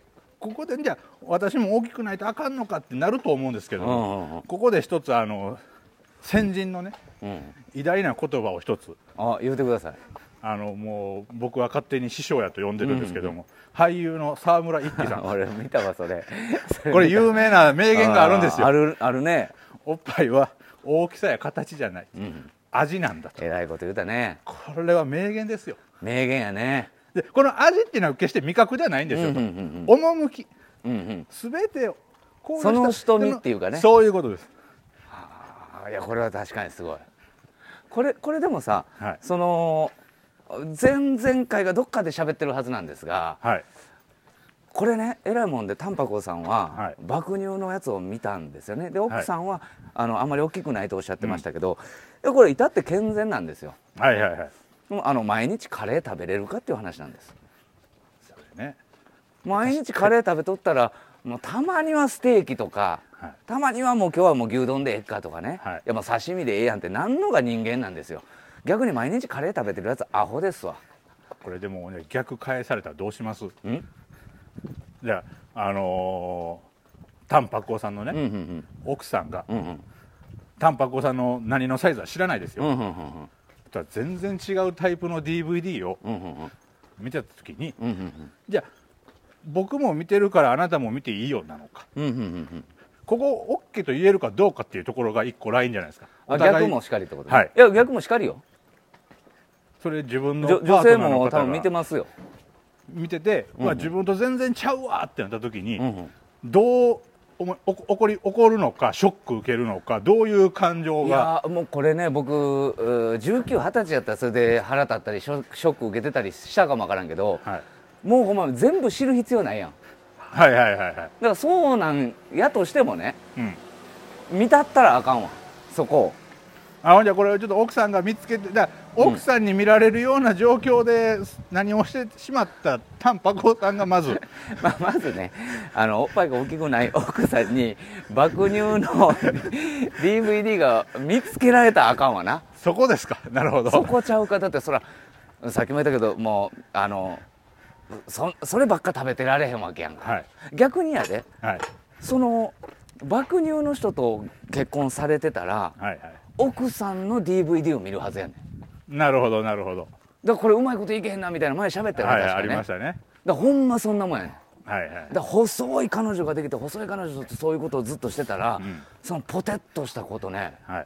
ここでじゃあ私も大きくないとあかんのかってなると思うんですけど、うんうんうん、ここで一つあの先人のね、うん、偉大な言葉を一つあ言うてください。 あのもう僕は勝手に師匠やと呼んでるんですけども、うんうん、俳優の沢村一樹さん俺見たわそれこれ有名な名言があるんですよ。 あるあるね。 おっぱいは大きさや形じゃない、うん、味なんだと。 えらいこと言うたね。 これは名言ですよ。 名言やね。 でこの味っていうのは決して味覚ではないんですよ、うんうんうんうん、趣、うんうん、全てをこうその瞳っていうかね、 そういうことです。 はあ、いやこれは確かにすごい。これこれでもさ、はい、その前々回がどっかで喋ってるはずなんですが、はい、これねえらいもんでタンパコさんは、はい、爆乳のやつを見たんですよね。で奥さんは、はい、あのあんまり大きくないとおっしゃってましたけど、うん、これ至って健全なんですよ。 はいはいはい。 あの毎日カレー食べれるかっていう話なんです。 それね、 毎日カレー食べとったらもうたまにはステーキとか、はい、たまにはもう今日はもう牛丼でええかとかね、はい、いやもう刺身でええやんってなんのが人間なんですよ。逆に毎日カレー食べてるやつアホですわ。 これでもね逆返されたらどうします？んじゃあ、あのー、タンパコさんのね、うんうんうん、奥さんが、うんうん、タンパコさんの何のサイズは知らないですよ、うんうんうんうん、全然違うタイプの ディーブイディー を見てた時に、うんうんうん、じゃあ僕も見てるからあなたも見ていいよなのか、うんうんうんうん、ここ OK と言えるかどうかっていうところが一個ラインじゃないですか。 あ逆もしかりってことね、はい、いや逆もしかりよ。 それ自分のパートナーの方が女性も多分見てますよ。 見てて、うんうん、まあ、自分と全然ちゃうわってなった時に、うんうん、どうお怒り怒るのかショック受けるのかどういう感情が。 いやもうこれね僕じゅうきゅう、はたちやったらそれで腹立ったりショック受けてたりしたかもわからんけど、はい、もうほんま全部知る必要ないやん。 はいはいはいはい。だからそうなんやとしてもね、うん、見たったらあかんわそこを。 あじゃあこれをちょっと奥さんが見つけてだ奥さんに見られるような状況で何をしてしまったタンパコさんがまずまあまずねあのおっぱいが大きくない奥さんに爆乳の ディーブイディー が見つけられたらあかんわな。 そこですか。なるほど。 そこちゃうか。だってそらさっきも言ったけどもうあの そ, そればっか食べてられへんわけやんか、はい、逆にやで、はい、その爆乳の人と結婚されてたら、はいはい、奥さんの ディーブイディー を見るはずやねん。なるほどなるほど。 だからこれうまいこといけへんなみたいな前喋ったよね、はい、確かね、 ありましたね。だからほんまそんなもんやねん、 はいはい、 だから細い彼女ができて細い彼女とそういうことをずっとしてたら、うん、そのポテッとしたことね、はい、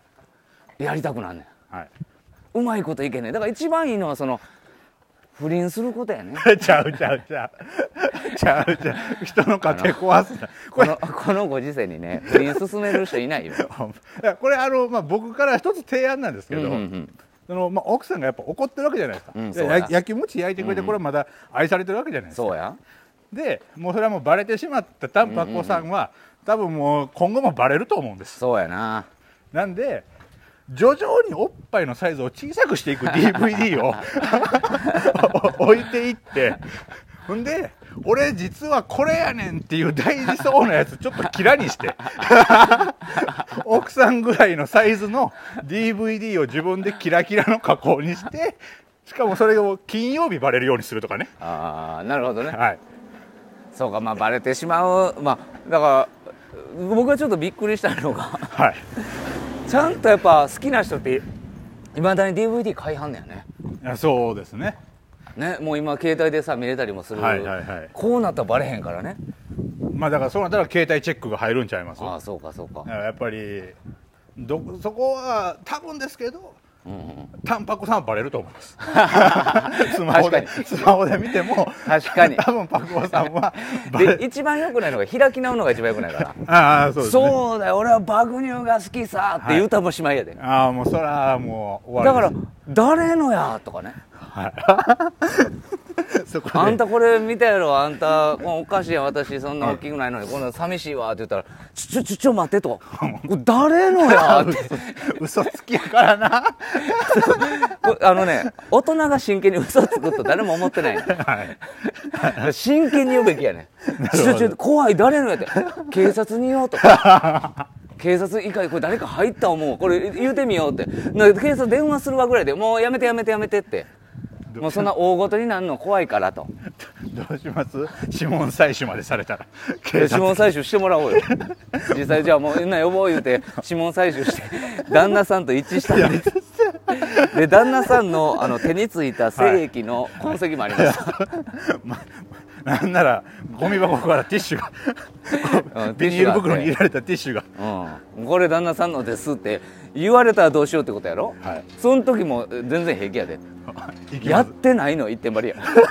やりたくなんねん、はい、うまいこといけねん。だから一番いいのはその不倫することやねちゃうちゃうちゃうちゃうちゃう人の家庭壊すなこのこのご時世にね不倫進める人いないよこれあの、まあ、僕から一つ提案なんですけど、うんうんうん、そのまあ、奥さんがやっぱ怒ってるわけじゃないですか、うん、や焼きもち焼いてくれてこれまだ愛されてるわけじゃないですか、 そうやでもうそれはもうバレてしまったタンパコさんは、うんうんうん、多分もう今後もバレると思うんです。 そうやな。 なんで徐々におっぱいのサイズを小さくしていく ディーブイディー を置いていってほんで俺実はこれやねんっていう大事そうなやつちょっとキラにして奥さんぐらいのサイズの ディーブイディー を自分でキラキラの加工にしてしかもそれを金曜日バレるようにするとかね。 ああなるほどね、 はい、 そうかまあバレてしまう。まあだから僕がちょっとびっくりしたのが、はい、ちゃんとやっぱ好きな人っていまだに ディーブイディー 買いはんねやね。 いやそうですね。 ね、もう今携帯でさ見れたりもする、はいはいはい、こうなったらバレへんからね。 まあだからそうなったら携帯チェックが入るんちゃいます。 ああそうかそうか。 やっぱりどそこは多分ですけど、うんうん、タンパコさんはバレると思いますスマホでスマホで見ても確かに多分パコさんはで一番良くないのが開き直るのが一番良くないからああそうですね。 そうだよ俺は爆乳が好きさって言うたもしまいやで、 はい、ああもうそれはもう終わりです。 だから誰のやとかね、はいそこあんたこれ見たやろあんたおかしいや私そんな大きくないのにこんな寂しいわって言ったらちょちょちょ待ってとこれ誰のやって嘘つきやからなあのね大人が真剣に嘘つくと誰も思ってないの、はい、真剣に言うべきやねちょちょ怖い誰のやって警察に言おうと警察以外これ誰か入った思うこれ言うてみようって警察電話するわぐらいでもうやめてやめてやめてってもうそんな大ごとになるの怖いからとどうします？指紋採取までされたら指紋採取してもらおうよ実際じゃあもうみんな呼ぼう言うて指紋採取して旦那さんと一致したんですで旦那さん の, あの手についた精液の痕跡もあります、はいま、なんならゴミ箱からティッシュがビニール袋に入れられたティッシュが、 うん、これ旦那さんのですって言われたらどうしようってことやろ、 はい、 その時も全然平気やでやってないの一点張りや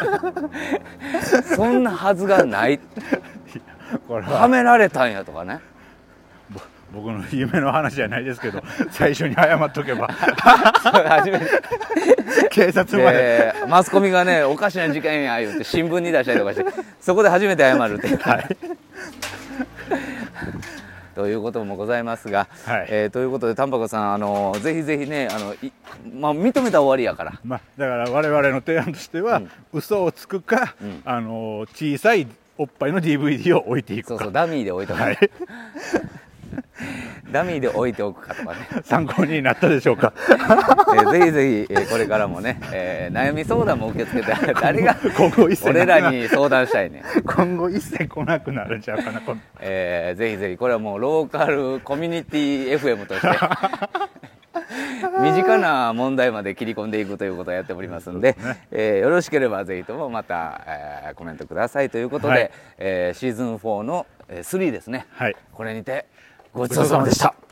そんなはずがないこれはめられたんやとかね、 僕の夢の話じゃないですけど最初に謝っとけば初めて警察までマスコミがねおかしな事件や言って新聞に出したりとかしてそこで初めて謝るって、はい、ということもございますが、はい、えー、ということでタンパクさんあのぜひぜひねあのい、まあ、認めたら終わりやから、 まあ、だから我々の提案としては、うん、嘘をつくか、うん、あの小さいおっぱいの ディーブイディー を置いていくか、 そうそうダミーで置いておく、はいダミーで置いておくかとかね参考になったでしょうかえー、ぜひぜひ、えー、これからもね、えー、悩み相談も受け付けて誰が俺らに相談したいね今後一切来なくなるんちゃうかな、 えー、ぜひぜひこれはもうローカルコミュニティ エフエム として身近な問題まで切り込んでいくということをやっておりますので、ねえー、よろしければぜひともまた、えー、コメントくださいということで、はい、えー、シーズンフォーのスリーですね、はい、これにてごちそうさまでした。